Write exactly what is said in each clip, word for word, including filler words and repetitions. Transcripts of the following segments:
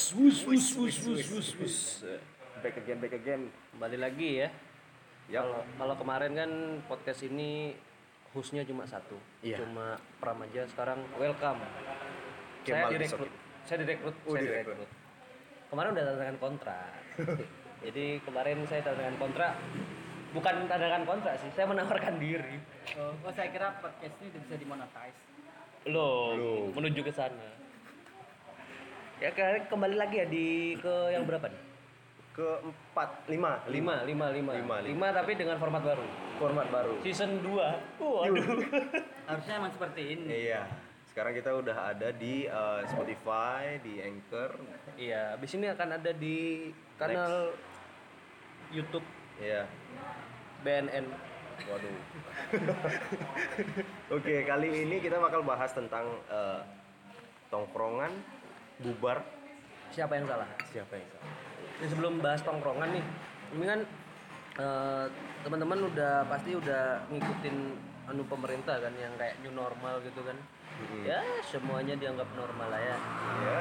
wus wus wus wus wus wus. Back again, back again. Kembali lagi ya. Yap. Kalau kalau kemarin kan podcast ini hostnya cuma satu, Iya. cuma Pram aja. Sekarang welcome. Oke, Saya malam direkrut. besok. Saya direkrut. Oh, saya direkrut. direkrut. Kemarin udah tanda tangan kontrak. Jadi kemarin saya tanda tangan kontrak. Bukan tanda tangan kontrak sih, saya menawarkan diri. Oh, oh, saya kira podcast ini udah bisa dimonetize. Loh, Loh. menuju ke sana. Ya ke- kembali lagi ya di ke yang berapa nih? Keempat, lima, Lima, lima, lima, Lima, lima. lima tapi dengan format baru. Format baru. Season dua. Waduh. Harusnya emang seperti ini. Iya. Sekarang kita udah ada di uh, Spotify, di Anchor. Iya, abis ini akan ada di kanal YouTube Iya. B N N. Waduh. Oke, kali ini kita bakal bahas tentang uh, tongkrongan, bubar. Siapa yang salah? Siapa yang salah? Ini sebelum bahas tongkrongan nih, ini kan eh, teman-teman udah pasti udah ngikutin anu pemerintah kan yang kayak new normal gitu kan. Mm-hmm. Ya semuanya dianggap normal lah ya. Ya.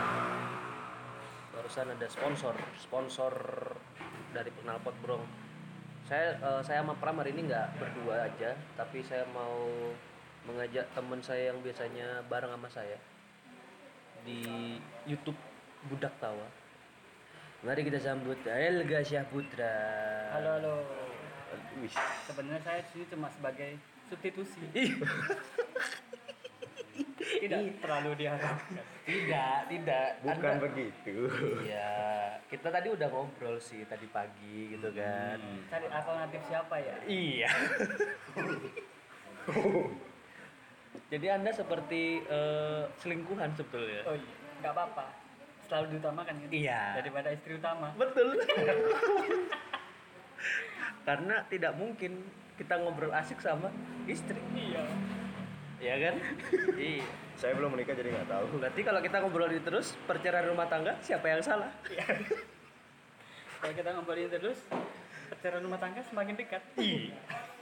Barusan ada sponsor, sponsor dari Knalpot Brong. Saya eh, saya sama Pram hari ini nggak berdua aja, tapi saya mau mengajak teman saya yang biasanya bareng sama saya di YouTube Budak Tawa. Mari kita sambut Elga Syahputra. Halo halo. Wih. Sebenarnya saya di sini cuma sebagai substitusi. Ih, Tidak terlalu diharapkan. tidak, tidak. Bukan Anda- begitu. Iya, kita tadi udah ngobrol sih tadi pagi gitu kan. Cari alternatif siapa ya? Iya. Jadi Anda seperti eh, selingkuhan sebetulnya. Oh iya, nggak apa-apa. Selalu diutamakan kan? Iya. Daripada istri utama. Betul. Karena tidak mungkin kita ngobrol asik sama istri. Iya. Ya kan? Iya. Saya belum menikah jadi nggak tahu. Berarti kalau kita ngobrol ini terus perceraian rumah tangga siapa yang salah? Kalau kita ngobrolin terus, perceraian rumah tangga semakin dekat. Iya.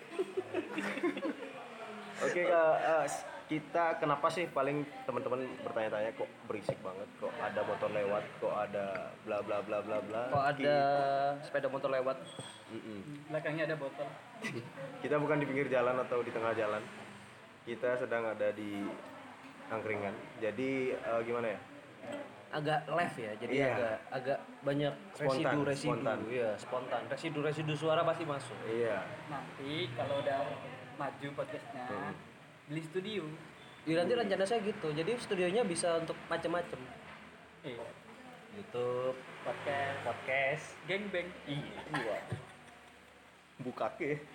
Oke, uh, uh, kita kenapa sih paling teman-teman bertanya-tanya kok berisik banget, kok ada motor lewat, kok ada bla bla bla bla bla. Kok ada sepeda motor lewat? Mm-mm. Belakangnya ada botol. Kita bukan di pinggir jalan atau di tengah jalan. Kita sedang ada di angkringan. Jadi uh, gimana ya? Agak live ya, jadi Iya. agak agak banyak Spontan, residu-residu, spontan. ya spontan. Residu-residu suara pasti masuk. Iya. Nanti kalau udah maju podcastnya, Hmm. beli studio. Ya, nanti rencana saya gitu. Jadi studionya bisa untuk macam-macam. Iya. YouTube, Podcast, podcast. gangbang. Iya. Bukake.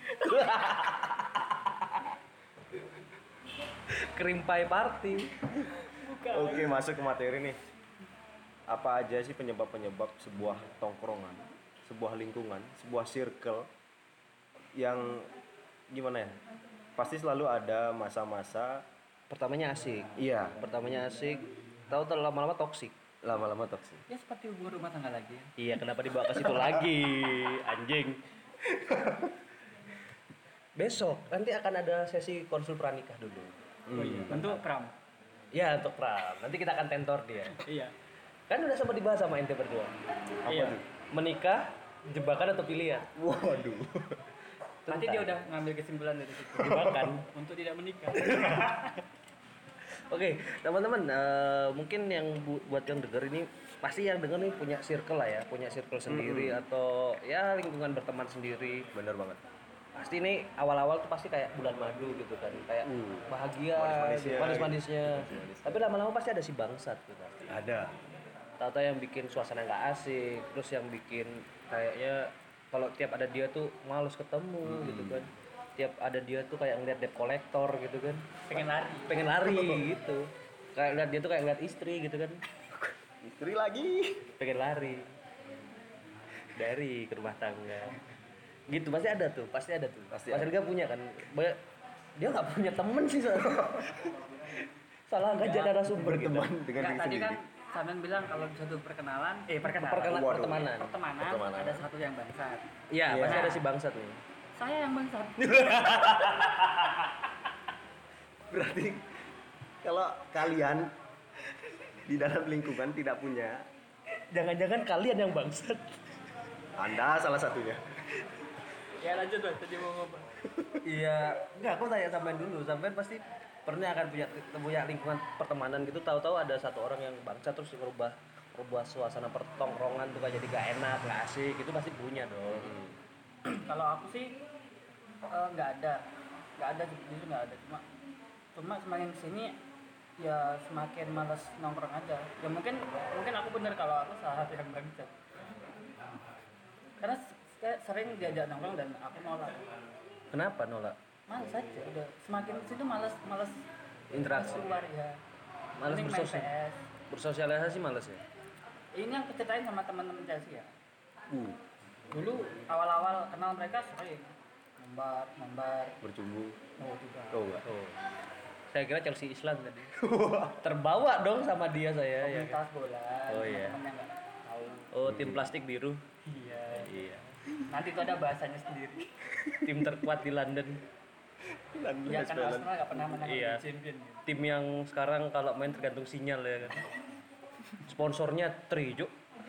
Kerimpai party. Bukan. Oke, masuk ke materi nih. Apa aja sih penyebab-penyebab sebuah tongkrongan, sebuah lingkungan, sebuah circle yang gimana ya? Pasti selalu ada masa-masa. Pertamanya asik. Iya, Pertamanya asik. Tahu terlalu lama-lama toksik. lama-lama toksik. Ya seperti hubungan rumah tangga lagi. Iya, kenapa dibawa ke situ lagi, anjing? Besok nanti akan ada sesi konsul pranikah dulu. Oh iya. Untuk Pram. Ya, untuk Pram. Nanti kita akan tentor dia. Iya. Kan udah sempat dibahas sama ente berdua. Apa Iya. tuh? Menikah, jebakan atau pilihan? Waduh. Nanti dia udah ngambil kesimpulan dari situ. Jebakan. Untuk tidak menikah. Oke, teman-teman, eh, mungkin yang bu- buat yang denger ini pasti yang denger nih punya circle lah ya, punya circle sendiri atau ya lingkungan berteman sendiri. Bener banget. Pasti nih awal-awal tuh pasti kayak bulan madu gitu kan, kayak Uh, bahagia, manis-manisnya. manis-manisnya. Manis-manisnya. Tapi lama-lama pasti ada si bangsat gitu. Ada. Tahu-tahu yang bikin suasana nggak asik, terus yang bikin kayaknya kalau tiap ada dia tuh males ketemu gitu kan. Tiap ada dia tuh kayak ngeliat debt collector gitu kan. Pengen lari. Pengen lari gitu. Kayak ngeliat dia tuh kayak ngeliat istri gitu kan. Istri lagi. Pengen lari dari ke rumah tangga. Gitu pasti ada tuh, pasti ada tuh. Pasti Mas ada. Elga punya kan. Ba- Dia nggak punya temen sih soalnya. Salah nggak jadi narasumber gitu. Berteman dengan Nggak, diri tadi sendiri. kan Samen bilang kalau di suatu perkenalan, eh perkenalan, Perkena- Waduh. pertemanan. pertemanan, Pertemanan. ada satu yang bangsat. Iya, Iya. pasti ada si bangsat nih. Saya yang bangsat. Berarti kalau kalian di dalam lingkungan tidak punya Jangan-jangan kalian yang bangsat. Anda salah satunya. Ya lanjut lah, tadi mau ngomong. Iya, enggak, aku tanya sampean dulu. Sampean pasti pernah akan punya punya lingkungan pertemanan gitu, tahu-tahu ada satu orang yang bangsa terus merubah merubah suasana pertongkrongan tuh kayak jadi gak enak, gak asik, itu pasti punya dong. Kalau aku sih eh, nggak ada, nggak ada justru nggak ada. Cuma cuma semakin sini ya semakin malas nongkrong aja. Ya mungkin mungkin aku bener kalau aku salah satu yang bangsat. Karena s- sering diajak nongkrong dan aku nolak. Kenapa nolak? Malas aja udah. Semakin situ malas malas Interaksi. keluar ya. Malas Mending main bersosial. P S. Bersosialisasi males ya? Ini yang aku ceritain sama teman-teman Chelsea ya. Uh, Dulu awal-awal kenal mereka sering membar, membar, Bercumbu. mau juga. Oh enggak. oh. Saya kira Chelsea Islam tadi. Terbawa dong sama dia saya ya. Komunitas bola. Oh, iya. Temen yang nggak tahu. Oh, tim plastik biru. Iya. Iya. Nanti itu ada bahasanya sendiri. Tim terkuat di London. Iya kan Arsenal nggak pernah menang Iya. Liga Champion. Gitu. Tim yang sekarang kalau main tergantung sinyal ya kan. Sponsornya Tri, Juk.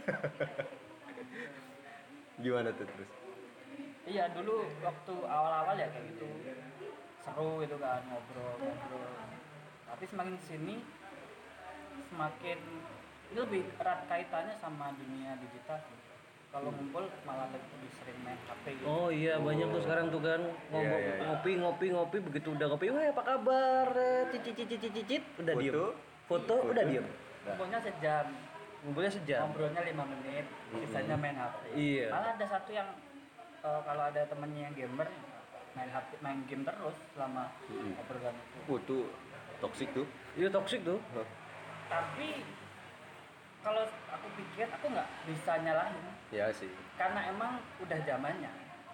Gimana tuh terus? Iya dulu waktu awal-awal ya kayak gitu seru gitu kan ngobrol-ngobrol. Tapi semakin sini semakin ini lebih erat kaitannya sama dunia digital. Kalau ngumpul malah lebih sering main H P gitu. Oh iya, banyak tuh sekarang tuh kan ngobrol, Iya, iya, iya. ngopi ngopi ngopi begitu udah ngopi, wah apa kabar? Cicit cicit cicit cicit udah Foto? diem. Foto, udah diem. Ngumpulnya sejam, Ngumpulnya sejam. ngobrolnya lima menit, sisanya main H P. Iya. Malah ada satu yang eh, kalau ada temennya yang gamer main H P, main game terus selama obrolan itu. Oh tuh toksik tuh. Iya toksik tuh. Tapi kalau aku pikir aku nggak bisa nyalahin Ya sih. karena emang udah zamannya.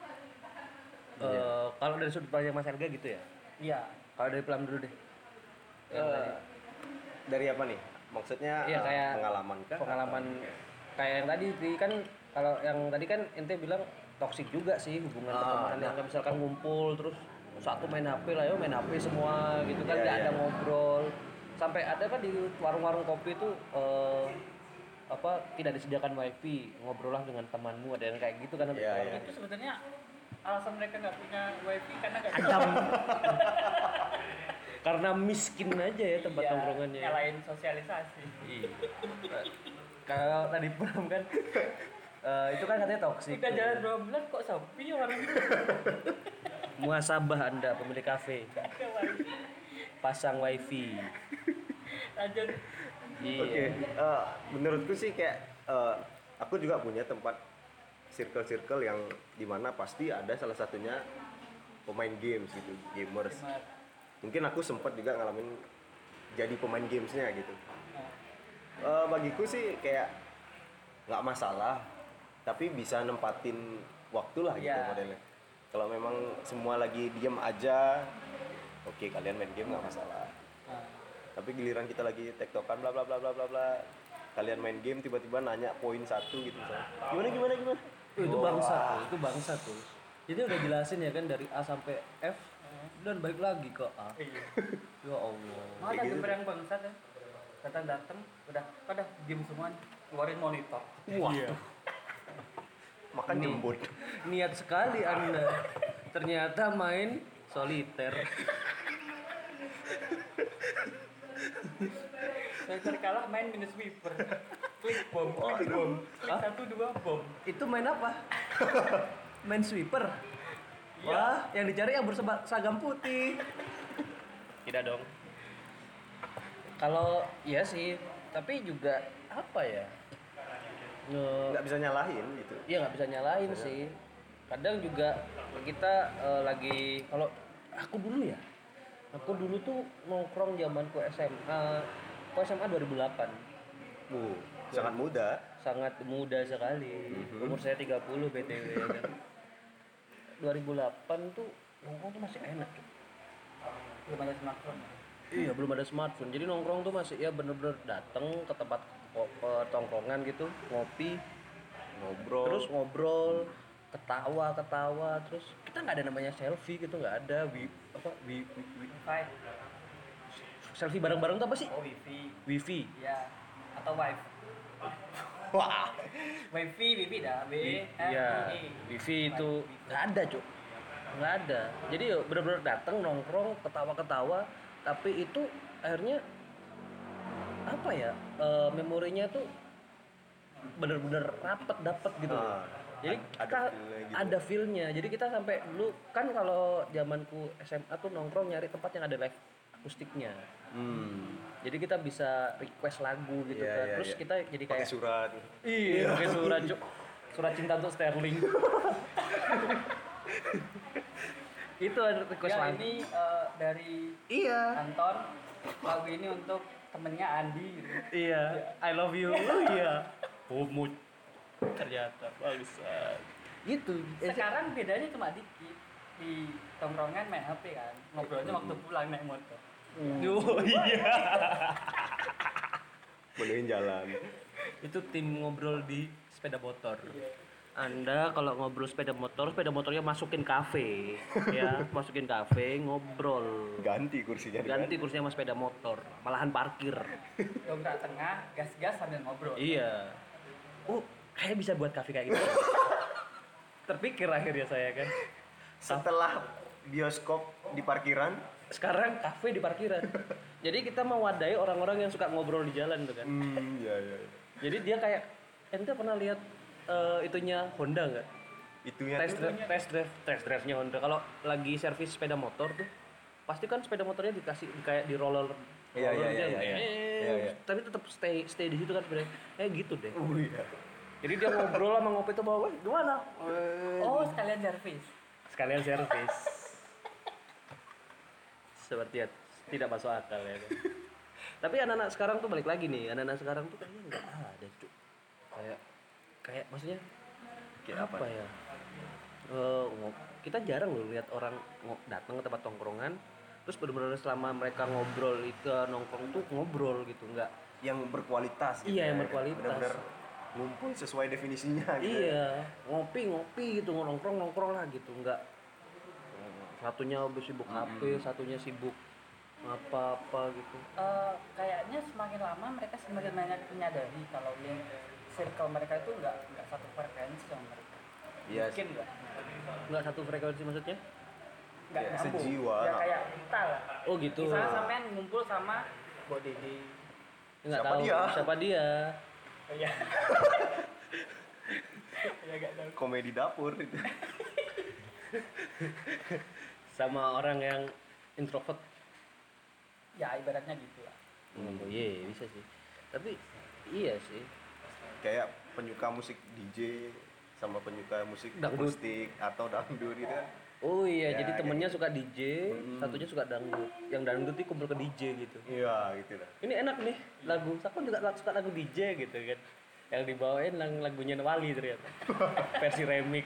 Eh, kalau dari sudut pandang Mas Elga gitu ya. Iya. Kalau dari Plam dulu deh. Yang Eh, tadi. dari apa nih? Maksudnya Iya, eh, kayak pengalaman kah? Pengalaman kayak yang tadi Tri, kan kalau yang tadi kan ente bilang toksik juga sih hubungan Ah, pertemanan nah. yang kayak misalkan ngumpul terus satu main H P lah, yo main H P semua gitu kan, Iya, nggak iya. ada ngobrol. Sampai ada kan di warung-warung kopi itu eh, apa tidak disediakan wifi, ngobrol lah dengan temanmu, ada yang kayak gitu kan. Iya, iya. Itu sebenarnya alasan mereka nggak punya wifi karena nggak Adam. Karena miskin aja ya tempat Iya, nongkrongannya. nyalain sosialisasi. Iya. Kalau tadi Pram kan eh, itu kan katanya toksik. Udah jalan dua bulan kok sepi orang itu. Muasabah Anda pemilik kafe. Ada wifi. Pasang wifi. Lanjut. Iya. Oke, eh, menurutku sih kayak eh, aku juga punya tempat circle-circle yang dimana pasti ada salah satunya pemain games gitu, gamers. Gimana? Mungkin aku sempat juga ngalamin jadi pemain gamesnya gitu. Nah, Eh, bagiku sih kayak nggak masalah, tapi bisa nempatin waktu lah gitu Iya. modelnya. Kalau memang semua lagi diem aja, oke kalian main game nggak masalah. nah. Tapi giliran kita lagi tektokan bla bla bla bla bla bla, kalian main game tiba-tiba nanya poin satu gitu misalnya. Gimana gimana gimana? Oh, itu Wah. bangsa tuh, itu bangsa tuh. Jadi udah jelasin ya kan dari A sampai F dan balik lagi ke A. Iya. Ya Allah. Mau ada Kayak gitu. gamer yang bangsat ya. Datang datang udah pada diem semuanya. Keluarin monitor. Wah. Makan Nih. jembut. Niat sekali Anda. Ternyata main soliter. Saya terkalah main minus sweeper. Klik bom, klik bom. Klik Hah? satu dua bom. Itu main apa? Main sweeper. Iya. Wah, yang dicari yang berseragam putih. Tidak dong. Kalau iya sih, tapi juga apa ya? Nge- Nggak bisa nyalahin gitu. Iya nggak bisa nyalain sih. Kadang juga kita eh, lagi kalau aku dulu ya, aku dulu tuh nongkrong zamanku S M A, aku S M A dua ribu delapan, Uh, sangat muda. sangat muda sekali. Mhm. Umur saya tiga puluh B T W ya kan. dua ribu delapan tuh nongkrong tuh masih enak. Tuh. Belum ada smartphone. Iya belum ada smartphone, jadi nongkrong tuh masih ya bener-bener datang ke tempat ko- ke tongkrongan gitu, ngopi, Ngobrol. terus ngobrol, ketawa ketawa, terus kita nggak ada namanya selfie gitu, nggak ada wi apa wi, wi, wi- Wifi. selfie bareng-bareng tuh apa sih? Oh wifi. Wifi. Iya. Atau wifi. Wah. Wifi, wifi dah, B. Wi- Iya, wifi itu nggak ada cuk, nggak ada. Jadi ya bener-bener datang nongkrong, ketawa-ketawa, tapi itu akhirnya apa ya? eh, memorinya tuh bener-bener rapet dapet gitu. Ah, Jadi ad- kita ada feel-nya gitu. ada feel-nya. Jadi kita sampai dulu kan kalau zamanku S M A tuh nongkrong nyari tempat yang ada live akustiknya. Hmm. Jadi kita bisa request lagu gitu Iya, kan. iya, Terus iya. kita jadi Pakai kayak surat. iya, pakai surat cuk. Surat cinta untuk Sterling. Itu ada request Ya lagu. ini eh, dari Iya. Anton, lagu ini untuk temennya Andi gitu. Iya. I love you. Oh iya. Homo. Ternyata bagusan. Gitu. Sekarang bedanya cuma dikit. Di tongkrongan main H P kan, ngobrolnya waktu pulang naik motor. Oh iya. Bolehin jalan. Itu tim ngobrol di sepeda motor. Anda kalau ngobrol sepeda motor, sepeda motornya masukin kafe, ya, masukin kafe, ngobrol. Ganti kursinya. Ganti kursinya sama sepeda motor, malahan parkir. Dongkrak tengah, gas-gas sambil ngobrol. Iya. Oh, kayak bisa buat kafe kayak gitu. Terpikir akhirnya saya kan. Setelah bioskop di parkiran. Sekarang kafe di parkiran. Jadi kita mewadahi orang-orang yang suka ngobrol di jalan tuh kan. Hmm, iya iya. iya. Jadi dia kayak, ente pernah lihat eh, itunya Honda nggak? Itunya Test tuh drive, test drive, test drive-nya Honda. Kalau lagi servis sepeda motor tuh, pasti kan sepeda motornya dikasih kayak di roller. Iya, roller iya, dia, iya, iya. eh, Iya, iya. Tapi tetap stay stay di situ kan sepeda. Eh gitu deh. Oh iya. Jadi dia ngobrol sama ngopi tuh bawa, gimana? Oh, sekalian servis. Sekalian servis. Seperti ya, tidak masuk akal ya kan. Tapi anak-anak sekarang tuh balik lagi nih, anak-anak sekarang tuh kayaknya nggak ada cuy. Kayak kayak maksudnya Kayak apa? apa ya? Eh, ngo- kita jarang loh lihat orang ngo- datang ke tempat tongkrongan terus benar-benar selama mereka ngobrol itu nongkrong tuh ngobrol gitu, nggak Yang berkualitas. gitu Iya, yang ya. berkualitas. Benar-benar ngumpul sesuai definisinya. Gitu. iya ngopi ngopi gitu nongkrong nongkrong lah gitu, nggak satunya sibuk H P, satunya sibuk apa-apa gitu. Eh, kayaknya semakin lama mereka semakin banyak menyadari kalau yang circle mereka itu nggak nggak satu frekuensi sama mereka. Iya. Mungkin nggak Nggak satu frekuensi maksudnya? nggak Ya, nyambung. sejiwa. Ya kayak kita lah. Oh gitu. Misalnya sampean ngumpul sama Bo Dede. Nggak Siapa tahu dia? siapa dia. Oh iya. Ya nggak tahu. Komedi dapur itu. Sama orang yang introvert. Ya ibaratnya gitu lah. Oh iya bisa sih. Tapi iya sih. Kayak penyuka musik D J sama penyuka musik Dangdut. akustik atau dangdut gitu kan. Oh iya, Ya, jadi kayak temennya gitu. suka D J, satunya suka dangdut. Yang dangdut itu kumpul ke D J gitu. Iya, gitu lah. Ini enak nih lagu. Aku juga suka lagu D J gitu kan. Yang dibawain lang- lagunya Wali ternyata. Versi remix.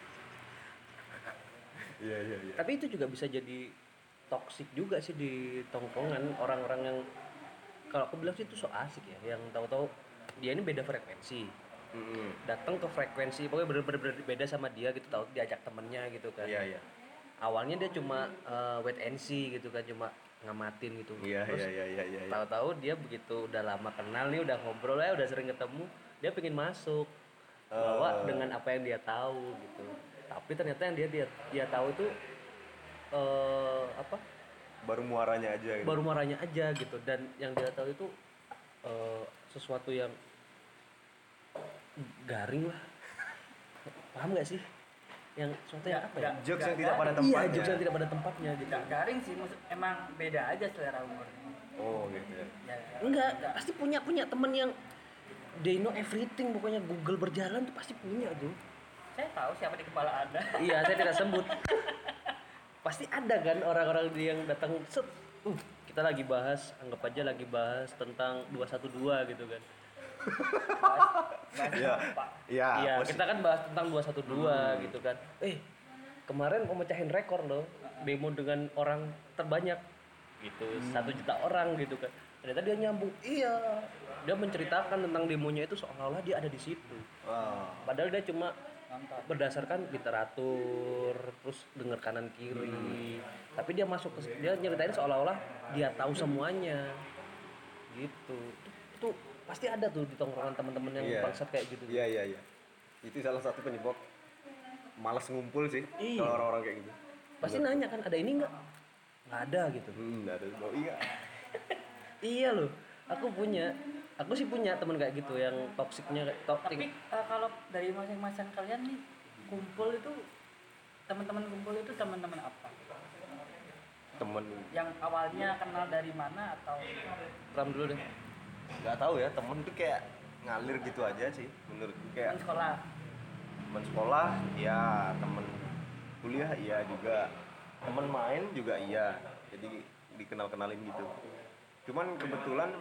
Iya, iya, iya. Tapi itu juga bisa jadi toksik juga sih di tongkrongan orang-orang yang kalau aku bilang sih itu so asik ya, yang tahu-tahu dia ini beda frekuensi. Mm-mm. Datang ke frekuensi pokoknya bener-bener beda sama dia gitu, tahu diajak temennya gitu kan. Iya, iya. Awalnya dia cuma uh, wait and see gitu kan, cuma ngamatin gitu. Iya, Terus iya, iya, iya, iya. tahu-tahu dia begitu udah lama kenal nih, udah ngobrol ya, udah sering ketemu, dia pengen masuk bawa Eh. dengan apa yang dia tahu gitu. Tapi ternyata yang dia dia dia tahu itu eh apa? Baru muaranya aja gitu. Baru marahnya aja gitu, dan yang dia tahu itu eh, sesuatu yang garing lah. Paham nggak sih? Yang sesuatu yang apa ya? Nggak- Jokes yang nggak tidak pada garing. Iya, tempatnya. jokes yang tidak pada tempatnya gitu. Nggak garing sih, maksud, emang beda aja selera umurnya. Oh, gitu ya. Ya, Enggak, pasti punya punya temen yang they know everything, pokoknya Google berjalan tuh pasti punya tuh. saya tahu siapa di kepala anda. Iya, saya tidak sebut. Pasti ada kan orang-orang yang datang set, uh, kita lagi bahas, anggap aja lagi bahas tentang dua satu dua gitu kan. Bahas Iya. apa? Iya, Iya, posi- kita kan bahas tentang dua satu dua gitu kan. Eh, kemarin mau mecahin rekor loh, demo dengan orang terbanyak gitu, satu juta orang gitu kan. Ternyata dia nyambung, iya. Dia menceritakan tentang demonya itu seolah-olah dia ada di situ. Wah. Padahal dia cuma Nonton. berdasarkan literatur, terus denger kanan kiri. Tapi dia masuk ke dia nyeritain seolah-olah dia tahu semuanya. Gitu. Itu, itu pasti ada tuh di tongkrongan teman-teman yang Iya. bangsat kayak gitu. Iya iya iya. Itu salah satu penyebab malas ngumpul sih Iya. kalau orang-orang kayak gitu. Pasti nanya kan, ada ini nggak? Nggak ada gitu. Hmm, nggak ada. Oh iya. Iya loh, aku punya, aku sih punya teman kayak gitu yang toksiknya kayak toksik. Tapi eh, kalau dari masing-masing kalian nih kumpul itu teman-teman kumpul itu teman-teman apa? Temen Yang awalnya kenal dari mana atau Pram dulu deh. nggak tahu ya, temen tuh kayak ngalir gitu aja sih menurutku, kayak teman sekolah? teman sekolah iya, temen kuliah iya juga, temen main juga iya, jadi dikenal-kenalin gitu. Cuman kebetulan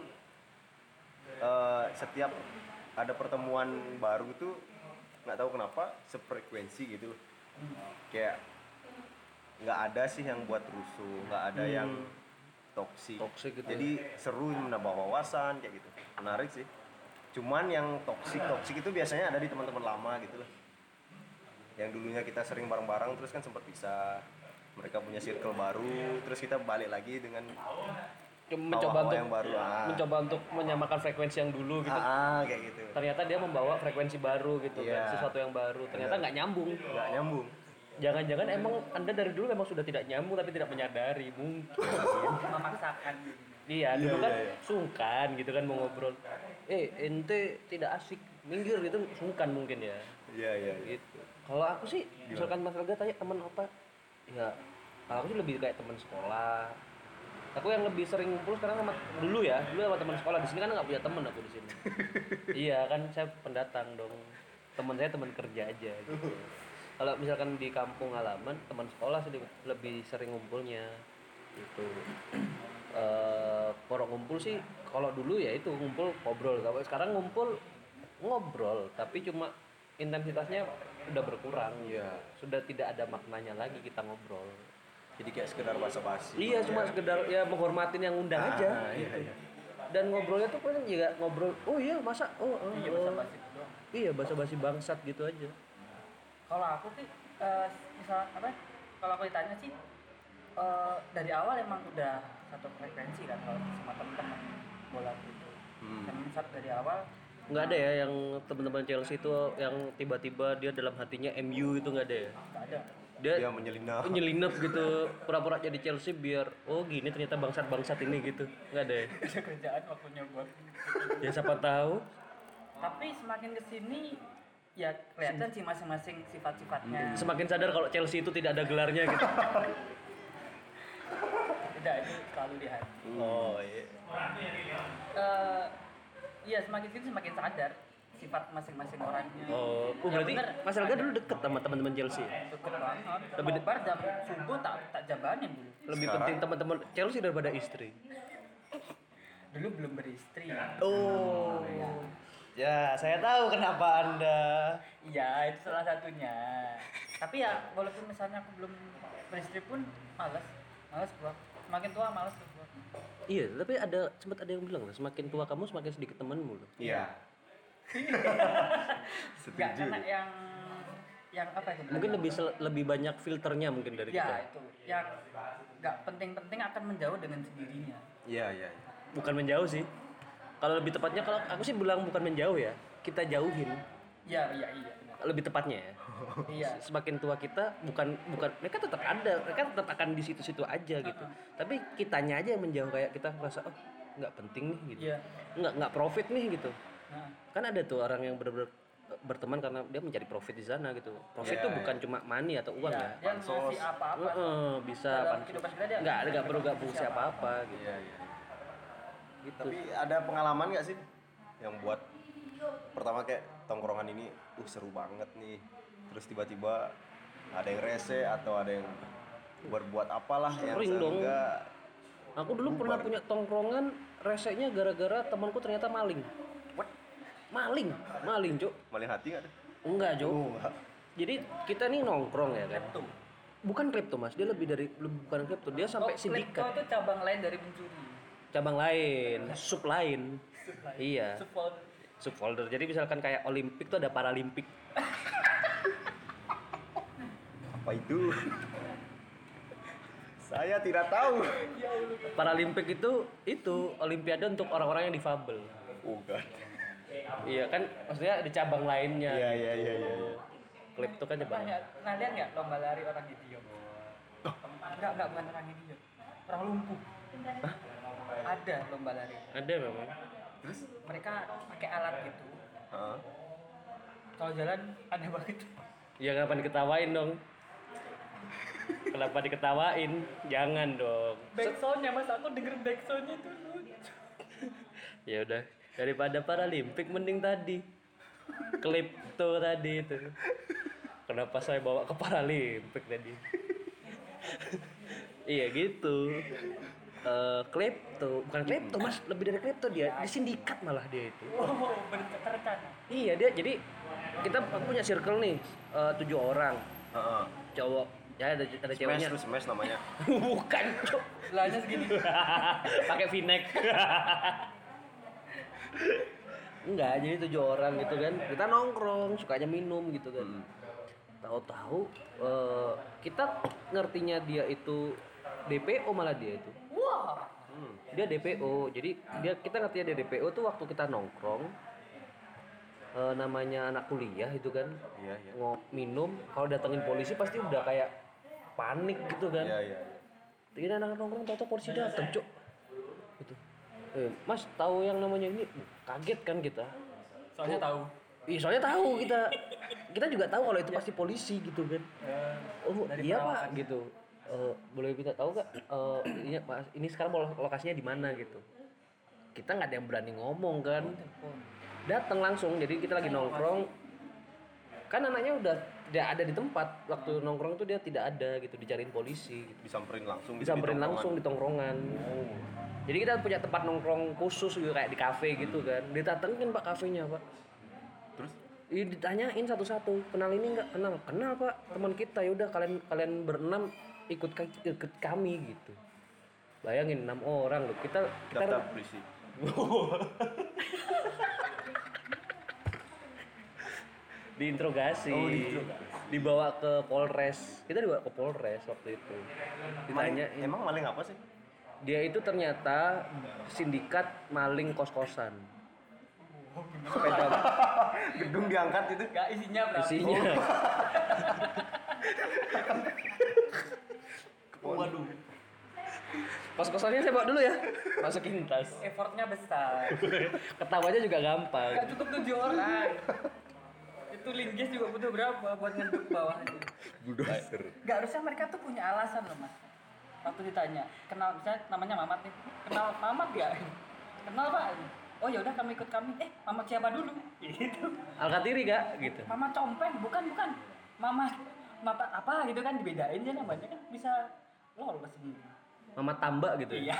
eh, setiap ada pertemuan baru tuh nggak tahu kenapa sefrekuensi gitu, kayak nggak ada sih yang buat rusuh, nggak ada Hmm. yang toksik. Toksik gitu. Jadi seru, menambah wawasan kayak gitu, menarik sih. Cuman yang toksik toksik itu biasanya ada di teman-teman lama gitu loh, yang dulunya kita sering bareng-bareng terus kan sempat pisah, mereka punya circle baru, terus kita balik lagi dengan Mencoba hawa-hawa untuk yang baru. Ah, mencoba untuk menyamakan frekuensi yang dulu gitu. ah, kayak gitu, Ternyata dia membawa frekuensi baru gitu Iya. kan, sesuatu yang baru. Ternyata Benar. nggak nyambung. nggak nyambung. Jangan-jangan emang Anda dari dulu memang sudah tidak nyambung tapi tidak menyadari, mungkin. Memaksakan. Iya, Iya, dulu kan iya, iya. sungkan gitu kan mau ngobrol. Eh, ente tidak asik, minggir gitu, sungkan mungkin ya. Iya iya. iya. Gitu. Kalau aku sih, misalkan Mas Rega tanya teman apa? Ya, kalau aku sih lebih kayak teman sekolah. Aku yang lebih sering ngumpul sekarang sama dulu ya, dulu sama teman sekolah. Di sini kan nggak punya teman aku di sini. Iya kan, saya pendatang dong. Teman saya teman kerja aja gitu. Kalau misalkan di kampung halaman, teman sekolah sih lebih sering ngumpulnya gitu. Eh, kalau ngumpul sih, kalau dulu ya itu ngumpul ngobrol. Kalau sekarang ngumpul ngobrol, tapi cuma intensitasnya udah berkurang. Iya. Sudah tidak ada maknanya lagi kita ngobrol. Jadi kayak sekedar basa-basi. Iya, cuma sekedar ya menghormatin yang undang Ah, aja. iya, gitu. iya. Dan ngobrolnya tuh paling juga ngobrol. Oh iya, masa? Oh, oh, Iya, oh. basa-basi itu doang. Iya, basa-basi bangsat gitu aja. Kalau aku sih eh, misal apa? Kalau aku ditanya sih eh, dari awal emang udah satu frekuensi kan kalau sama teman-teman bola gitu. Hmm. Dan misal dari awal Nggak ada ya yang teman-teman Chelsea itu yang tiba-tiba dia dalam hatinya M U itu nggak ada ya? nggak ada. Dia Dia menyelinap. nyelinap gitu, pura-pura jadi Chelsea biar oh gini ternyata bangsat-bangsat ini gitu. Nggak ada ya? Ada kerjaan waktunya buat. Ya siapa tahu. Tapi semakin kesini ya kelihatan sih masing-masing sifat-sifatnya. Semakin sadar kalau Chelsea itu tidak ada gelarnya gitu. Tidak, itu selalu di hati. Oh iya. Eh, Iya, semakin sini semakin sadar sifat masing-masing orangnya. Oh, oh Ya berarti bener, Mas Elga ada. dulu deket sama teman-teman Chelsea ya? Deket banget. Lebih de- Nobar jam subuh tak tak jabanin dulu. Lebih Sekarang? penting teman-teman Chelsea daripada istri. Dulu belum beristri. Oh. Ya, saya tahu kenapa Anda. Iya, itu salah satunya. Tapi ya walaupun misalnya aku belum beristri pun males, males gua. Semakin tua males gua. Iya, tapi ada sempat ada yang bilang lah, semakin tua kamu semakin sedikit temanmu loh. Iya. Enggak Setuju. karena yang yang apa itu? Mungkin lebih sel- lebih banyak filternya mungkin dari kita. Ya itu, yang nggak penting-penting akan menjauh dengan sendirinya. Iya iya. iya. Bukan menjauh sih. Kalau lebih tepatnya kalau aku sih bilang bukan menjauh ya, kita jauhin. Iya iya iya. benar. Lebih tepatnya ya. Iya. Semakin tua kita bukan bukan mereka tetap ada, mereka tetap akan di situ-situ aja gitu. Tapi kitanya aja yang menjauh, kayak kita merasa oh nggak penting nih gitu. Iya. Nggak nggak profit nih gitu. Nah, Kan ada tuh orang yang benar-benar berteman karena dia mencari profit di sana gitu. Profit Iya, tuh iya. bukan cuma money atau uang ya, ya. dia Pansos. ngasih apa-apa. Heeh, bisa Dalam pansos. kehidupan kita dia nggak nggak nggak perlu nggak berfungsi fungsi apa-apa gitu. Iya iya. Gitu. Tapi ada pengalaman nggak sih yang buat pertama kayak tongkrongan ini uh seru banget nih, terus tiba-tiba ada yang rese atau ada yang berbuat apalah yang Sering dong. sehingga Aku dulu pernah bubar. punya tongkrongan resenya gara-gara temanku ternyata maling. what Maling, maling, Cuk. maling hati nggak tuh? Enggak, Cuk. Oh, enggak. Jadi kita nih nongkrong ya kan. Klepto. Bukan kripto, Mas. Dia lebih dari lebih bukan kripto. Dia sampai Oh, klepto sindikat. itu cabang lain dari mencuri. Cabang lain, sub lain. Iya. Subfolder. Subfolder. Jadi misalkan kayak Olimpik tuh ada Paralimpik. Apa itu? Saya tidak tahu. Paralimpik itu itu olimpiade untuk orang-orang yang difabel. Oh god. Iya kan, maksudnya ada cabang lainnya. Iya iya iya iya. iya. Klip tuh kan cabang. Banyak. Nah, lihat nggak lomba lari orang idiot? Enggak, enggak bukan orang idiot. Orang lumpuh. Hah? Ada lomba lari. Ada memang. Terus? Mereka pakai alat gitu. Heeh. Kalau jalan aneh banget. Ya kenapa diketawain dong? Kenapa diketawain? Jangan dong. Backsoundnya mas, aku denger backsoundnya itu lucu. Ya udah, daripada Paralimpik mending tadi. Klip tuh tadi itu. Kenapa saya bawa ke Paralimpik tadi? Iya gitu. Uh, klepto, bukan klepto mas, lebih dari klepto dia, di sindikat malah dia itu. Wow, bener terencana. Iya dia, jadi kita punya circle nih, uh, tujuh orang, Heeh. cowok, ya ada ada Smash ceweknya. tuh smash namanya. Bukan, cok. Belahnya segini. Pakai V-neck. Enggak, jadi tujuh orang gitu kan, kita nongkrong, sukanya minum gitu kan. Hmm. Tahu-tahu uh, kita ngertinya dia itu D P O malah dia itu. Wah. Hmm. Dia D P O, jadi dia kita ngerti dia D P O tuh waktu kita nongkrong, e, namanya anak kuliah itu kan, Iya iya. ngop minum, kalau datengin polisi pasti udah kayak panik gitu kan. Iya iya. Kita anak nongkrong tahu-tahu polisi dateng cuk, gitu. Eh, mas tahu yang namanya ini? Kaget kan kita. Soalnya tahu. Iya soalnya tahu kita, kita juga tahu kalau itu pasti polisi gitu kan. Oh Dari iya perawakan. pak gitu. Uh, boleh minta tahu gak uh, ini, ini sekarang mau lokasinya di mana gitu. Kita nggak ada yang berani ngomong kan, datang langsung. Jadi kita lagi nongkrong kan, anaknya udah tidak ada di tempat waktu nongkrong tuh, dia tidak ada gitu, dicariin polisi gitu. Disamperin langsung. gitu Disamperin di langsung di tongkrongan. Oh. Jadi kita punya tempat nongkrong khusus gitu kayak di kafe gitu kan, didatengin pak kafenya pak. Terus? Iya ditanyain satu-satu, kenal ini nggak? Kenal, kenal pak, teman kita. Yaudah kalian kalian berenam ikut ikut kami gitu. Bayangin enam orang loh, kita kita Daftar polisi. diinterogasi, Oh, diinterogasi. dibawa ke Polres. Kita dibawa ke Polres waktu itu. Ditanya, Maling- emang maling apa sih? dia itu ternyata sindikat maling kos-kosan. Sepeda Gedung diangkat itu. Gak isinya berapa? isinya. Waduh. Kos-kosannya saya bawa dulu ya, masukin tas. Effortnya besar. Ketawanya juga gampang. Gak cukup tujuh orang. Itu linggis juga butuh berapa buat ngeduk bawahnya. Bulldozer. Gak harusnya mereka tuh punya alasan loh mas. Waktu ditanya, kenal misalnya namanya Mamat nih, kenal Mamat gak? Kenal pak? Oh ya udah kami ikut kami. Eh Mamat siapa dulu? Gitu. Alkatiri gak? Gitu. Mamat Compeng, bukan bukan. Mamat Mamat apa gitu kan, dibedain aja namanya kan bisa lolos sendiri. Mama Tambak gitu. Iya.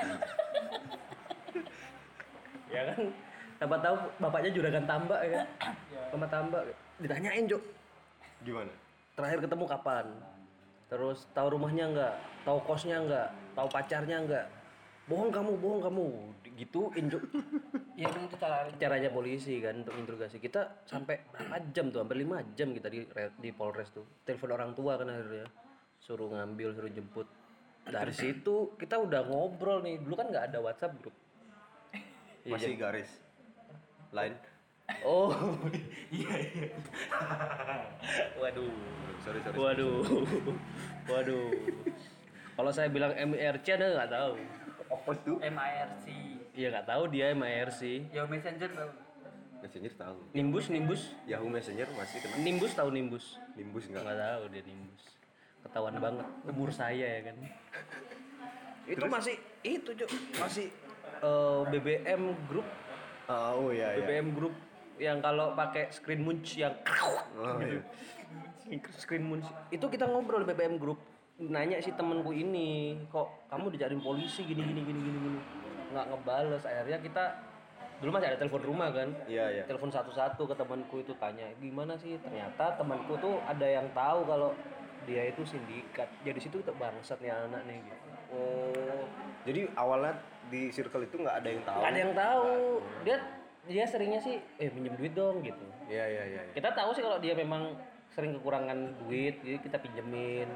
Ya kan. Siapa tahu bapaknya juragan Tambak ya kan. Mama Tambak. Ditanyain, Cuk. Gimana? Terakhir ketemu kapan? Terus tahu rumahnya enggak? Tahu kosnya enggak? Tahu pacarnya enggak? Bohong kamu, bohong kamu. Gituin, Cuk. Iya kan itu cara. Caranya polisi kan untuk interogasi. Kita sampai berapa jam tuh? Hampir lima jam kita di di Polres tuh. Telepon orang tua kan akhirnya. Suruh ngambil, suruh jemput. Dari situ kita udah ngobrol nih. Dulu kan nggak ada WhatsApp grup. Iya, Masih jam- garis. Lain. Oh. Iya iya. Waduh. Sorry sorry. Waduh. Waduh. Kalau saya bilang M I R C Anda nggak tahu. Apa tuh? M I R C. Iya nggak tahu dia M I R C. Yo Messenger tau. Messenger tahu. Nimbus, Nimbus. Yahoo Messenger masih kena. Nimbus tahu Nimbus. Nimbus enggak? Nggak tahu dia Nimbus. Ketahuan banget umur saya ya kan. Itu masih itu Cuk. Masih eh, B B M grup, Ah, oh iya iya. B B M grup yang kalau pakai screen munch yang Oh, iya. screen munch. Itu kita ngobrol di B B M grup. Nanya si temenku ini, kok kamu dicariin polisi gini gini gini gini gini. Nggak ngebales. Akhirnya kita dulu masih ada telepon rumah kan. Iya iya. Telepon satu-satu ke temanku itu, tanya gimana sih, ternyata temanku tuh ada yang tahu kalau dia itu sindikat. Jadi situ kita bangsat nih anak nih gitu. Oh. Jadi awalnya di circle itu nggak ada yang tahu. Nggak ada yang tahu. Dia dia seringnya sih eh pinjam duit dong gitu. Iya iya iya. iya. Kita tahu sih kalau dia memang sering kekurangan duit, jadi kita pinjemin.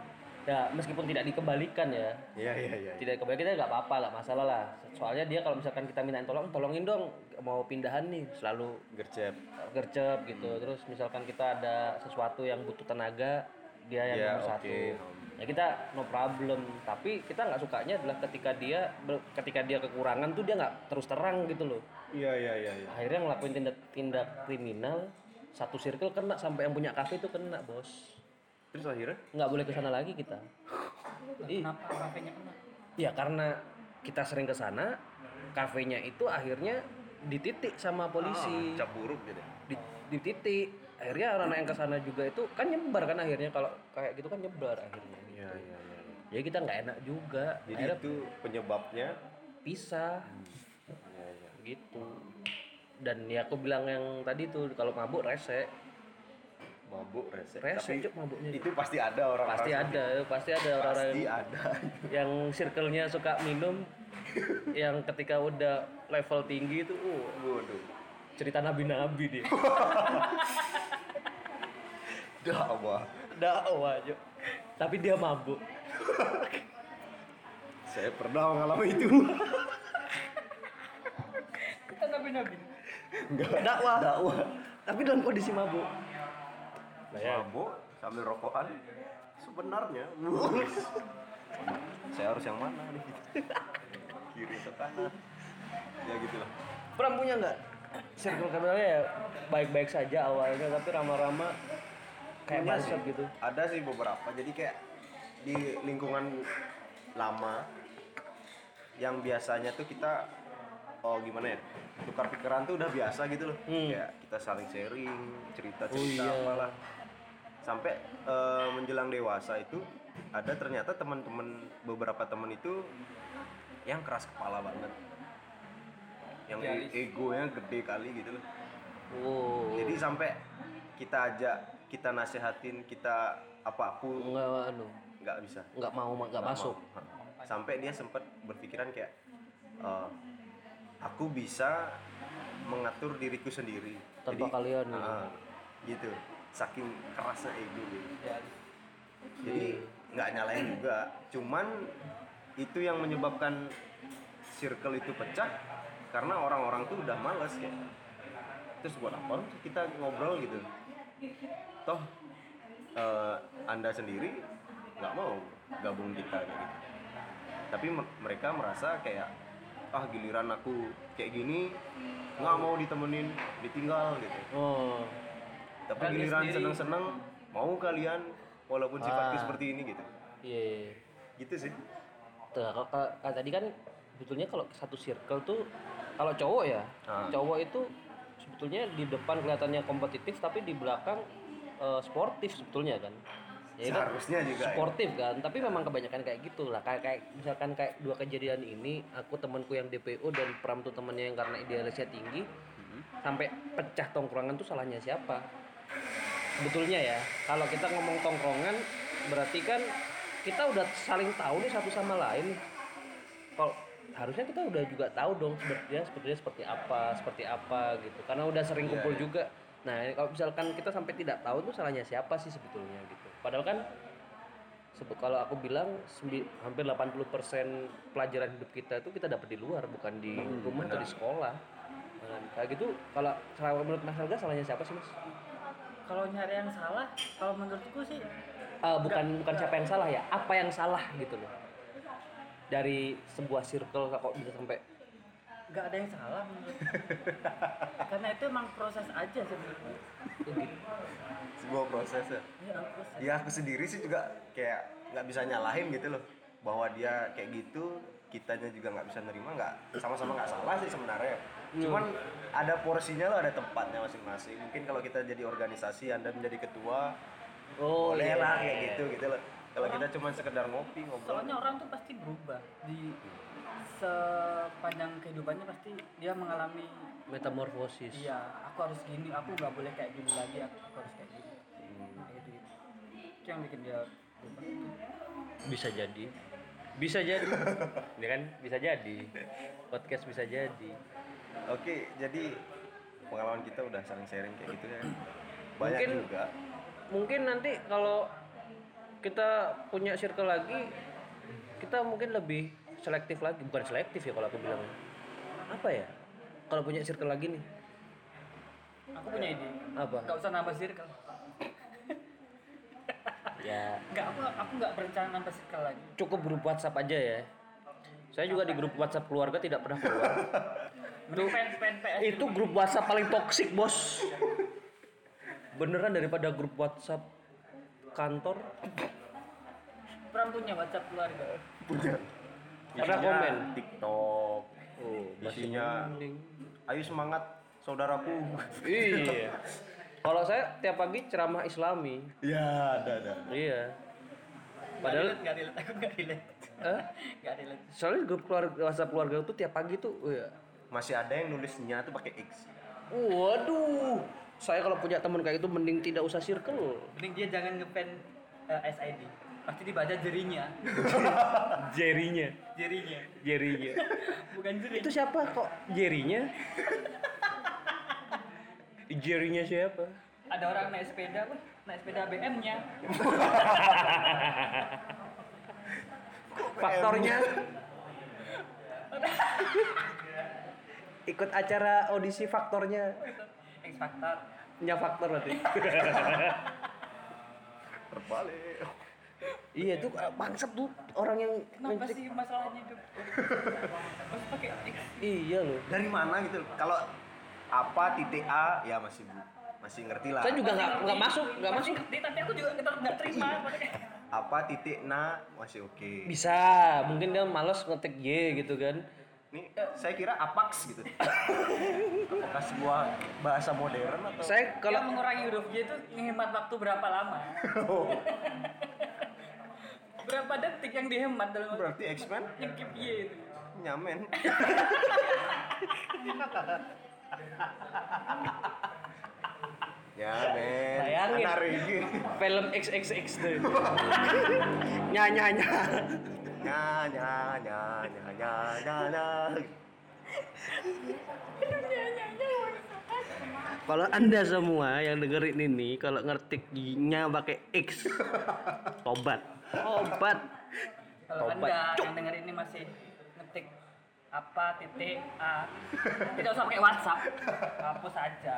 Ya meskipun tidak dikembalikan ya, Iya iya iya. tidak dikembalikan kita nggak apa-apa, nggak masalah lah. Soalnya dia kalau misalkan kita mintain tolong, tolongin dong, mau pindahan nih, selalu Gercep. gercep gitu. Terus misalkan kita ada sesuatu yang butuh tenaga, dia yang Ya, nomor oke. satu. Ya kita no problem. Tapi kita nggak sukanya adalah ketika dia ketika dia kekurangan tuh dia nggak terus terang gitu loh. Iya iya iya iya. Akhirnya ngelakuin tindak tindak kriminal, satu circle kena, sampai yang punya kafe itu kena bos. Terus akhirnya Nggak boleh ke sana lagi kita. Ih, Kenapa kafenya kena? ya karena kita sering ke sana, kafenya itu akhirnya dititik sama polisi. cap buruk gitu. Di, dititik. Akhirnya orang yang ke sana juga itu kan nyebar kan akhirnya, kalau kayak gitu kan nyebar akhirnya. Iya iya iya. Jadi kita nggak enak juga. Jadi Akhirnya itu penyebabnya. pisah Iya iya. gitu. Dan ya aku bilang yang tadi tuh kalau mabuk rese. Mabuk rese. Rese, Tapi Cuk, mabuknya. itu pasti ada orang. Pasti ada, pasti ada orang-orang Pasti yang, ada. yang circle-nya suka minum, yang ketika udah level tinggi itu uh, Waduh. cerita nabi-nabi dia. Dakwah. Dakwah, Cuk. Tapi dia mabuk. Saya pernah mengalami itu. Kita nabi-nabi. Enggak. Dakwah. Dakwah. Tapi dalam kondisi mabuk. Mabuk sambil rokokan. Sebenarnya. Saya harus yang mana nih? Kiri atau kanan? Ya gitulah. Pernah punya nggak circle kriminalnya ya baik-baik saja awalnya, tapi lama-lama kayak Punya bangsat sih. gitu. Ada sih beberapa. Jadi kayak di lingkungan lama yang biasanya tuh kita oh gimana ya? Tukar pikiran tuh udah biasa gitu loh. Hmm. Kayak kita saling sharing, cerita-cerita Oh, iya. apalah. Sampai eh, menjelang dewasa itu ada ternyata teman-teman beberapa teman itu yang keras kepala banget. Yang e- Idealis. egonya gede kali gitu loh. Oh. Jadi sampai kita ajak, kita nasehatin, kita apapun nggak anu, nggak bisa. nggak mau nggak Nggak masuk. mau. Sampai dia sempat berpikiran kayak eh, aku bisa mengatur diriku sendiri Tanpa kalian gitu. ah, gitu saking kerasnya ego gitu. Idealis. Jadi nggak nyalain juga, cuman itu yang menyebabkan circle itu pecah karena orang-orang tuh udah males kayak terus buat apa kita ngobrol gitu, toh eh, anda sendiri nggak mau gabung kita kayak gitu. Tapi me- mereka merasa kayak ah giliran aku kayak gini nggak mau ditemenin, ditinggal gitu. Oh. Tapi Kan dia giliran sendiri- seneng-seneng mau kalian walaupun sifatnya Ah. seperti ini gitu. Iya. Gitu sih. Tuh, kalau, kalau- kalau tadi kan sebetulnya kalau satu circle tuh kalau cowok ya, Ah. cowok itu sebetulnya di depan kelihatannya kompetitif tapi di belakang eh, sportif sebetulnya kan. Ya kan? Seharusnya juga ya. Sportif kan, tapi memang kebanyakan kayak gitu lah. Kayak kayak misalkan kayak dua kejadian ini, aku temanku yang D P O dan Pram tuh temennya yang karena idealisnya tinggi, Mhm. sampai pecah tongkrongan tuh salahnya siapa? Sebetulnya ya, kalau kita ngomong tongkrongan berarti kan kita udah saling tahu nih satu sama lain. Kalau harusnya kita udah juga tahu dong sebetulnya sebetulnya seperti apa, seperti apa gitu. Karena udah sering Iya, kumpul iya. juga. Nah, kalau misalkan kita sampai tidak tahu tuh salahnya siapa sih sebetulnya gitu. Padahal kan sebe- kalau aku bilang sembi- hampir delapan puluh persen pelajaran hidup kita itu kita dapat di luar, bukan di rumah atau di sekolah. Nah, kayak gitu kalau kalau menurut Mas Helga salahnya siapa sih Mas? Kalau nyari yang salah, kalau menurutku sih Ah, bukan bukan siapa yang salah ya, apa yang salah gitu loh. Dari sebuah circle kok bisa sampai nggak ada yang salah menurutku. Karena itu emang proses aja sebenarnya. Sebuah proses ya. Iya, proses. Ya aku sendiri sih juga kayak nggak bisa nyalahin gitu loh bahwa dia kayak gitu, kitanya juga nggak bisa nerima, nggak sama-sama nggak salah sih sebenarnya. Cuman ada porsinya loh, ada tempatnya masing-masing. Mungkin kalau kita jadi organisasi, anda menjadi ketua, oh boleh iya, lah iya, kayak iya. gitu gitu loh. Kalau kita cuma sekedar ngopi ngobrol. Soalnya orang tuh pasti berubah di sepanjang kehidupannya, pasti dia mengalami Metamorfosis. iya aku harus gini, aku nggak boleh kayak gini lagi, aku harus kayak gini. Hmm. Kayak gitu, gitu. Itu yang bikin dia berubah. Bisa jadi. Bisa jadi. Ini kan bisa jadi. Podcast bisa jadi. Oke, jadi pengalaman kita udah saling sharing kayak gitu ya. Banyak Mungkin- juga. Mungkin nanti kalau kita punya circle lagi, kita mungkin lebih selektif lagi. Bukan selektif ya kalau aku bilang. Apa ya? Kalau punya circle lagi nih. Aku punya ide. Apa? Gak usah nambah circle. Ya, Gak, aku aku nggak berencana nambah circle lagi. cukup grup WhatsApp aja ya. Saya juga di grup WhatsApp keluarga tidak pernah keluar. Itu fans fans P S. Itu grup WhatsApp paling toksik, Bos. Beneran daripada grup WhatsApp kantor. Pram punya WhatsApp keluarga. Punya. Pernah Isinya komen? TikTok. Oh, masih Isinya, mending. ayo semangat saudaraku. Iya. Kalau saya tiap pagi ceramah Islami. Ya, ada ada. Iya. Padahal Padahal nggak relate, aku nggak relate. eh, Nggak relate. soalnya grup keluarga WhatsApp keluarga itu tiap pagi tuh, oh ya. Masih ada yang nulisnya tuh pakai X. Waduh. Saya kalau punya teman kayak itu mending tidak usah circle. Mending dia jangan ngepen uh, S I D. Pasti dibaca jerinya. Jerinya, Jerinya. Jerinya. Bukan jeri. Itu siapa kok Jerinya? Jerinya siapa? Ada orang naik sepeda, wah, naik sepeda B M-nya. Faktornya ikut acara audisi faktornya. X Factor. Nya faktor berarti. Terbalik. Iya tuh bangsat tuh orang yang Kenapa ngecek- sih masalahnya itu? Harus pakai X. Iya loh. Dari mana gitu? Kalau apa titik A ya masih masih ngerti lah. Saya juga nggak nggak masuk, nggak Pasti masuk. ngerti, tapi aku juga nggak nggak terima. Apa titik na masih oke. Bisa, mungkin dia malas ngetik Y gitu kan. Ini saya kira apax gitu. Apakah sebuah bahasa modern atau? Saya Kalau kalau mengurangi huruf Y itu menghemat waktu berapa lama? Berapa detik yang dihemat dalam Berarti X-Men ngekip Y itu? nyamen. Ya men. Bayangin. Anak reggae. film X X X tuh. Nya nya nya. Nya nya nya nya nya nya nya. Kalau Anda semua yang dengerin ini kalau ngetik nya pakai X, tobat. Tobat. Kalau Tobat. Anda Cuk. yang denger ini masih ngetik apa titik A, tidak usah pakai WhatsApp, hapus aja.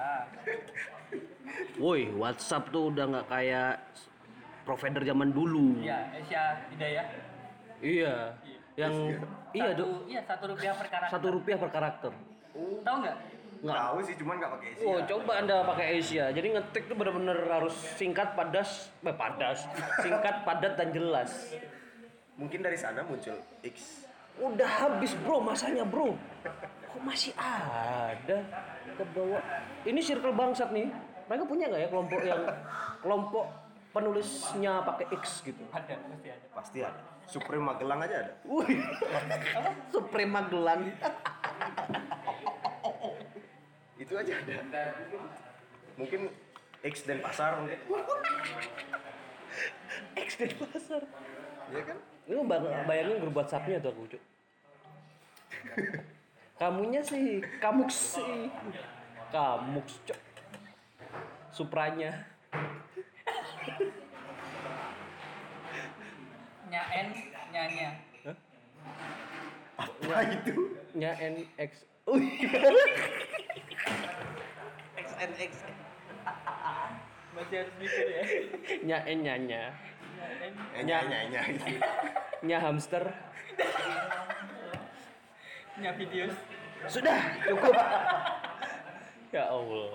Woi, WhatsApp tuh udah nggak kayak provider zaman dulu. Iya, Asia Hidayah. Iya. Yang iya Satu- tuh Iya, satu rupiah per karakter. satu rupiah per karakter. Tahu nggak? Nggak. Tahu sih cuman nggak pakai isi. Oh, coba Anda pakai Asia. Jadi ngetik tuh bener-bener harus singkat, padas, eh, padas, singkat, padat dan jelas. Mungkin dari sana muncul X. Udah habis bro masanya bro. Kok masih ada ke bawah? Ini circle bangsat nih. Mereka punya nggak ya kelompok yang kelompok penulisnya pakai X gitu? Ada, pasti ada. Pasti ada. Supreme Magelang aja ada. Wih, Supreme Magelang. Itu aja ada. Mungkin X dan pasar mungkin. X dan pasar. Iya kan? Lu bang- bayangin grup WhatsApp-nya tuh aku, Cuk. Kamunya sih, kamuk sih. Kamuk, Cuk. Supranya. Nyaen, nyanya. Apa itu? Nya N X. Wih. X N X. Masih harus mikir ya. Nya N nyanya. Nyaen, Eh, nya nya nya gitu. Nya hamster. nya videos. Sudah, cukup. Ya Allah.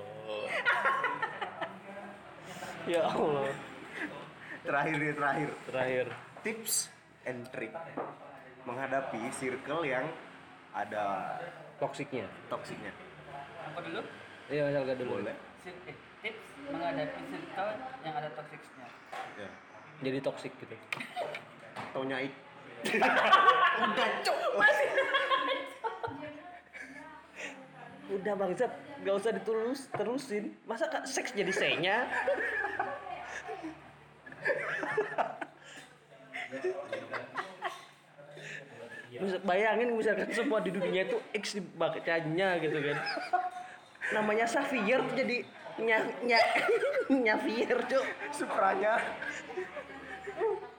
Ya Allah. Terakhir nih terakhir. Terakhir. Tips and trick menghadapi circle yang ada Toksiknya. toksiknya. Apa dulu? Iya, Salga dulu. Boleh. Sir- eh, tips menghadapi circle yang ada toxicsnya. Ya. Jadi toksik gitu. Atau nyai. Udah, Cuk. Masih. Udah bangsat, gak usah ditulus terusin. Masa kak seks jadi C-nya? Bisa bayangin misalkan semua di dunia itu X dibacanya gitu kan. Namanya Xavier tuh jadi nya nya Xavier, Cuk. Supranya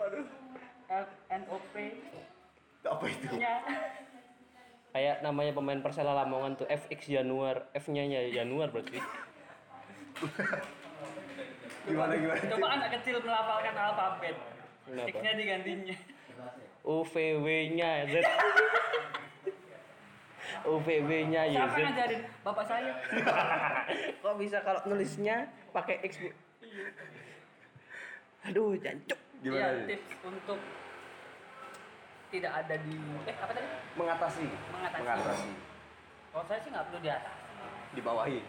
Aduh. F N O P Apa itu? nya. Kayak namanya pemain Persela Lamongan tuh F X Januar, F-nya nya Januar berarti. Gimana gimana? Coba anak kecil melafalkan alfabet. Kenapa? X-nya digantinya. U V W-nya Z. U V W-nya Y Siapa Z. ngajarin? Bapak saya. Kok bisa kalau nulisnya pakai X, Bu? Aduh, jancuk. Gimana? Iya, nih? tips untuk tidak ada di eh apa tadi? Mengatasi. Mengatasi. Mengatasi. Kalau saya sih nggak perlu di atas. Dibawahi.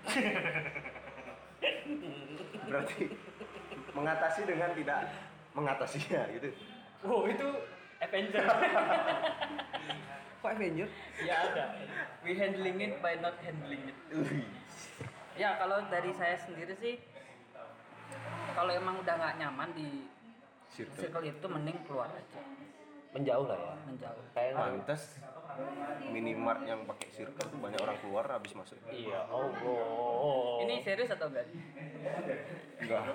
Berarti mengatasi dengan tidak mengatasinya gitu. Oh, itu Avenger. Kok Avenger? Ya ada. We handling it by not handling it. Ya kalau dari saya sendiri sih, kalau emang udah nggak nyaman di Circle. circle itu mending keluar aja, Menjauh lah ya. menjauh. Kayak Pantes minimart yang pakai circle tuh banyak orang keluar habis masuk. iya, oh, oh. Ini serius atau enggak? Enggak.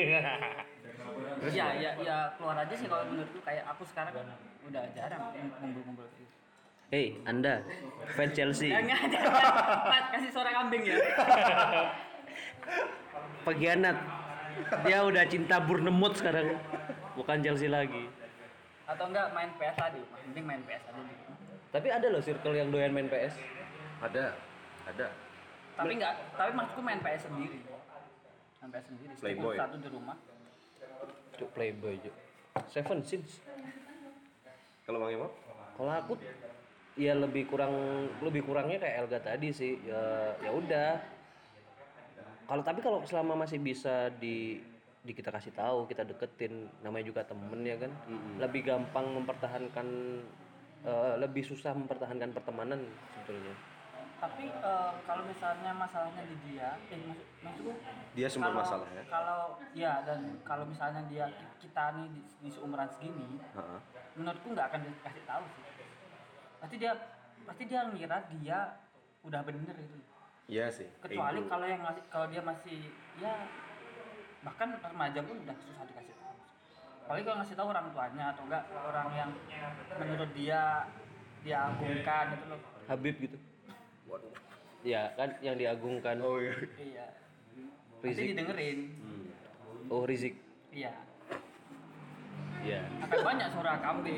Ya, ya, ya keluar aja sih kalau menurutku. Kayak aku sekarang udah jarang ngumpul-ngumpul gitu. Hei, Anda fans Chelsea. Jangan, jangan. Pat, kasih suara kambing ya. Pengkhianat. Dia udah cinta Bournemouth sekarang. Bukan Chelsea lagi. Atau enggak main P S aja, mending main P S aja di rumah. Tapi ada loh circle yang doyan main P S. Ada. Ada. Tapi enggak, tapi maksudku main P S sendiri. Main P S sendiri. Playboy. Satu di rumah. Cuk Playboy, Cuk. Seven Sins. Kalau Bang Imo? Kalau aku ya lebih kurang lebih kurangnya kayak Elga tadi sih. Ya ya udah. Kalau tapi kalau selama masih bisa di di kita kasih tahu, kita deketin, namanya juga temen ya kan. Mm-mm. Lebih gampang mempertahankan eh, lebih susah mempertahankan pertemanan sebetulnya. Tapi eh, kalau misalnya masalahnya di dia, eh maksud, maksudku Dia sumber kalau- masalah ya? Kalau ya dan kalau misalnya dia kita nih di, di seumuran segini, Heeh. menurutku nggak akan dikasih tahu sih. Pasti dia pasti dia ngira dia udah bener itu. Iya sih. Kecuali Ego. kalau yang ngasih kalau dia masih ya bahkan remaja pun udah susah dikasih tahu. Apalagi kalau ngasih tahu orang tuanya atau enggak orang yang menurut dia dia agungkan gitu loh. Habib gitu. Waduh. Ya kan yang diagungkan. Oh iya. Iya. Nanti Rizik. didengerin. Hmm. Oh, Rizik. Iya. Ya. Akan banyak suara kambing.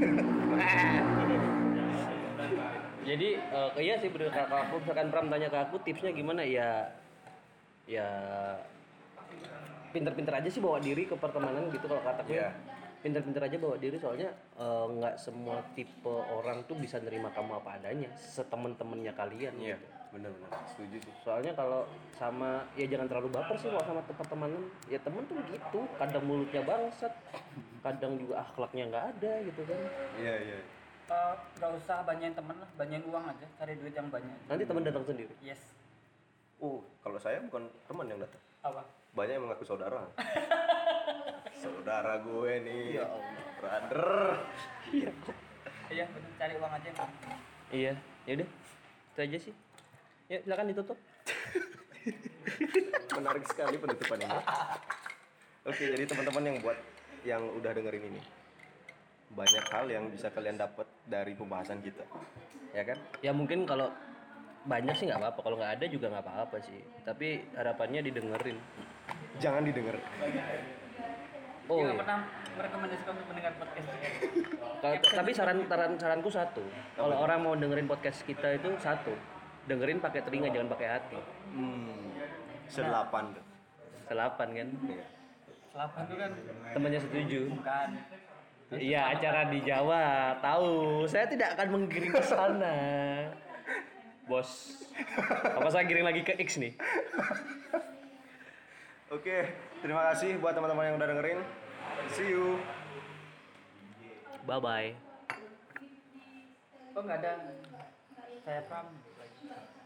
Jadi eh, iya sih bener kalau aku misalkan Pram tanya ke aku tipsnya gimana ya ya pinter-pinter aja sih bawa diri ke pertemanan gitu kalau kataku Iya. ya. Pinter-pinter aja bawa diri soalnya eh, nggak semua tipe orang tuh bisa nerima kamu apa adanya setemen-temennya kalian. Iya, gitu. benar-benar. Setuju sih. Soalnya kalau sama ya jangan terlalu baper sih kalau sama pertemanan. Ya temen tuh gitu, kadang mulutnya bangsat, kadang juga akhlaknya nggak ada gitu kan. Iya, iya. Eh, Gak usah banyain temen lah, banyain uang aja, cari duit yang banyak. Nanti teman datang sendiri. Yes. Oh, kalau saya bukan teman yang datang. Apa? Banyak yang mengaku saudara. Saudara gue nih. Ya Allah. Brother. Iya, bener, cari uang aja. Bang. Iya, ya udah. Itu aja sih. Ya silakan ditutup. Menarik sekali penutupan ini. Oke, jadi teman-teman yang buat yang udah dengerin ini, banyak hal yang bisa kalian dapat dari pembahasan kita, ya kan? Ya mungkin kalau banyak sih nggak apa-apa, kalau nggak ada juga nggak apa-apa sih. Tapi harapannya didengerin. Jangan didengar. Oh, Dia nggak iya. pernah merekomendasikan untuk mendengar podcast. Kalau- tapi saran, saran saranku satu, kalau orang mau dengerin podcast kita itu satu, dengerin pakai telinga jangan pakai hati. Hmm, sedelapan tuh. Selapan kan? Iya. Selapan itu kan Temannya setuju. bukan. Iya, acara di Jawa. Tahu, saya tidak akan menggiring ke sana. Bos. Apa saya giring lagi ke X nih? Oke, terima kasih buat teman-teman yang udah dengerin. See you. Bye bye. Oh nggak ada. Saya Pram.